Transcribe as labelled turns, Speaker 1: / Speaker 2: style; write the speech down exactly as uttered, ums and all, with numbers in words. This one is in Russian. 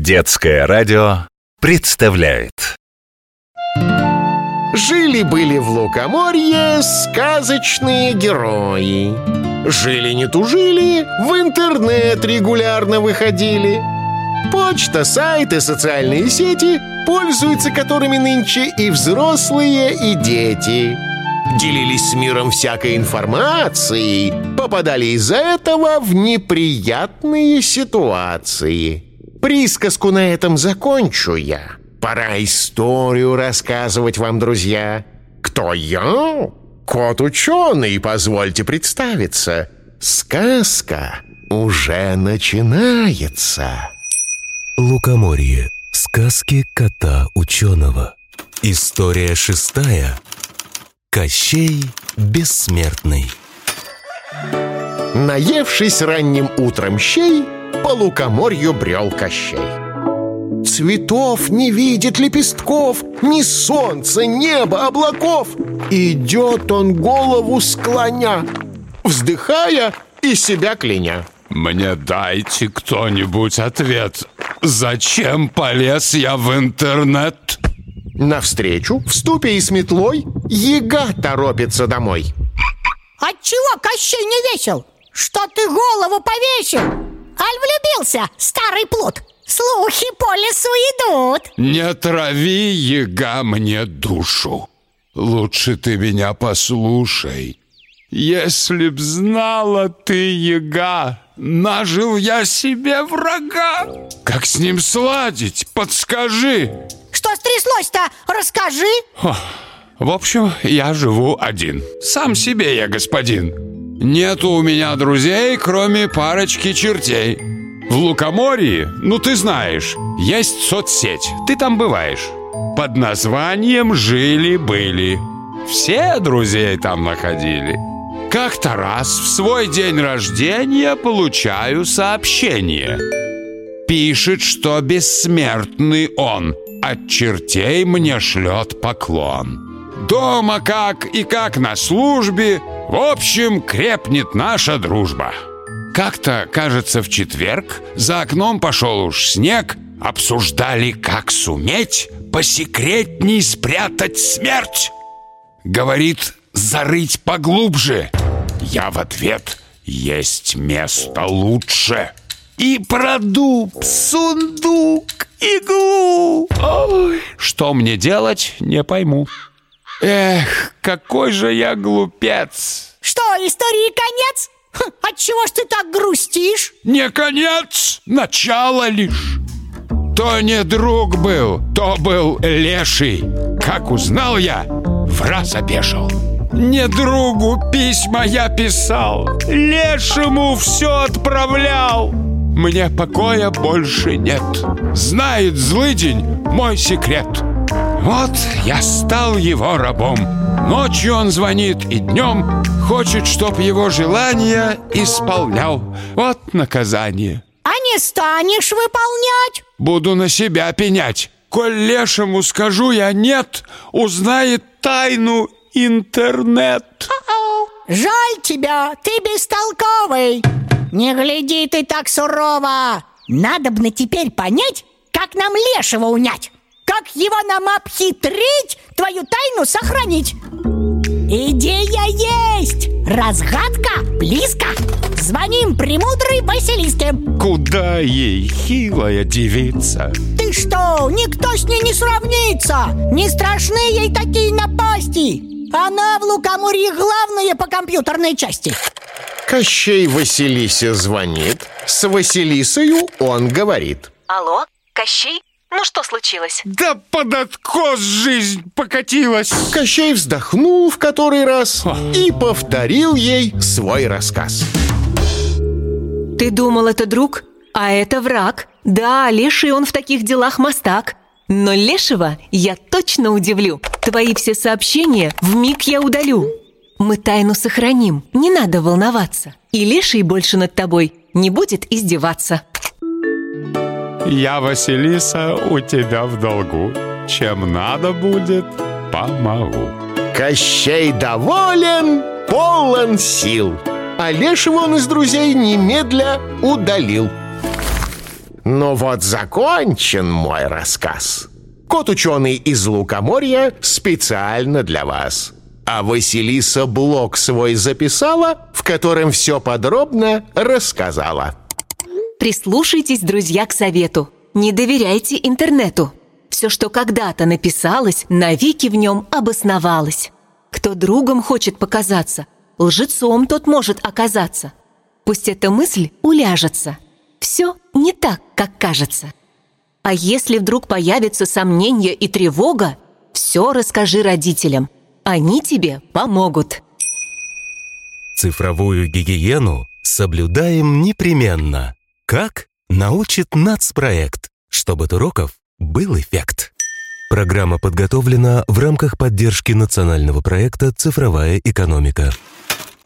Speaker 1: Детское радио представляет.
Speaker 2: Жили-были в Лукоморье сказочные герои. Жили не тужили, в интернет регулярно выходили. Почта, сайты, социальные сети, пользуются которыми нынче и взрослые, и дети. Делились с миром всякой информацией, попадали из-за этого в неприятные ситуации. Присказку на этом закончу я. Пора историю рассказывать вам, друзья. Кто я? Кот-ученый, позвольте представиться. Сказка уже начинается.
Speaker 3: Лукоморье. Сказки кота-ученого. История шестая. Кощей Бессмертный.
Speaker 2: Наевшись ранним утром щей, по лукоморью брел Кощей. Цветов не видит, лепестков, ни солнца, неба, облаков. Идет он голову склоня, вздыхая и себя кляня.
Speaker 4: Мне дайте кто-нибудь ответ. Зачем полез я в интернет?
Speaker 2: Навстречу, в ступе и с метлой, яга торопится домой.
Speaker 5: Отчего, Кощей, не весел? Что ты голову повесил? Аль влюбился, старый плут? Слухи по лесу идут.
Speaker 4: Не трави, яга, мне душу. Лучше ты меня послушай. Если б знала ты, яга, нажил я себе врага. Как с ним сладить? Подскажи.
Speaker 5: Что стряслось-то? Расскажи.
Speaker 4: Ох, в общем, я живу один. Сам себе я господин. Нету у меня друзей, кроме парочки чертей. В Лукоморье, ну ты знаешь, есть соцсеть. Ты там бываешь. Под названием «Жили-были». Все друзей там находили. Как-то раз в свой день рождения получаю сообщение. Пишет, что бессмертный он. От чертей мне шлет поклон. Дома как и как на службе. В общем, крепнет наша дружба. Как-то, кажется, в четверг за окном пошел уж снег. Обсуждали, как суметь посекретней спрятать смерть. Говорит, зарыть поглубже. Я в ответ: есть место лучше. И про дуб, сундук, иглу. Ой, что мне делать, не пойму. Эх, какой же я глупец.
Speaker 5: Что, истории конец? Хм, отчего ж ты так грустишь?
Speaker 4: Не конец, начало лишь. То не друг был, то был леший. Как узнал я, враз опешил. Не другу письма я писал, лешему все отправлял. Мне покоя больше нет. Знает злыдень мой секрет. Вот я стал его рабом. Ночью он звонит и днем. Хочет, чтоб его желания исполнял. Вот наказание.
Speaker 5: А не станешь выполнять?
Speaker 4: Буду на себя пенять. Коль лешему скажу я нет, узнает тайну интернет.
Speaker 5: Жаль тебя, ты бестолковый. Не гляди ты так сурово. Надобно теперь понять, как нам лешего унять. Как его нам обхитрить, твою тайну сохранить. Идея есть, разгадка близко. Звоним премудрой Василиске.
Speaker 4: Куда ей, хилая девица?
Speaker 5: Ты что, никто с ней не сравнится. Не страшны ей такие напасти. Она в Лукоморье главная по компьютерной части.
Speaker 2: Кощей Василисе звонит. С Василисою он говорит.
Speaker 6: Алло, Кощей? Ну что случилось?
Speaker 4: Да под откос жизнь покатилась.
Speaker 2: Кощей вздохнул в который раз и повторил ей свой рассказ.
Speaker 6: Ты думал, это друг, а это враг. Да, леший он в таких делах мастак. Но лешего я точно удивлю. Твои все сообщения вмиг я удалю. Мы тайну сохраним, не надо волноваться. И леший больше над тобой не будет издеваться.
Speaker 4: Я, Василиса, у тебя в долгу. Чем надо будет, помогу.
Speaker 2: Кощей доволен, полон сил. А лешего он из друзей немедля удалил. Ну вот закончен мой рассказ. Кот-ученый из Лукоморья специально для вас. А Василиса блог свой записала, в котором все подробно рассказала.
Speaker 6: Прислушайтесь, друзья, к совету. Не доверяйте интернету. Все, что когда-то написалось, навеки в нем обосновалось. Кто другом хочет показаться, лжецом тот может оказаться. Пусть эта мысль уляжется. Все не так, как кажется. А если вдруг появятся сомнения и тревога, все расскажи родителям. Они тебе помогут.
Speaker 3: Цифровую гигиену соблюдаем непременно. Как? Научит нацпроект, чтобы от уроков был эффект. Программа подготовлена в рамках поддержки национального проекта «Цифровая экономика».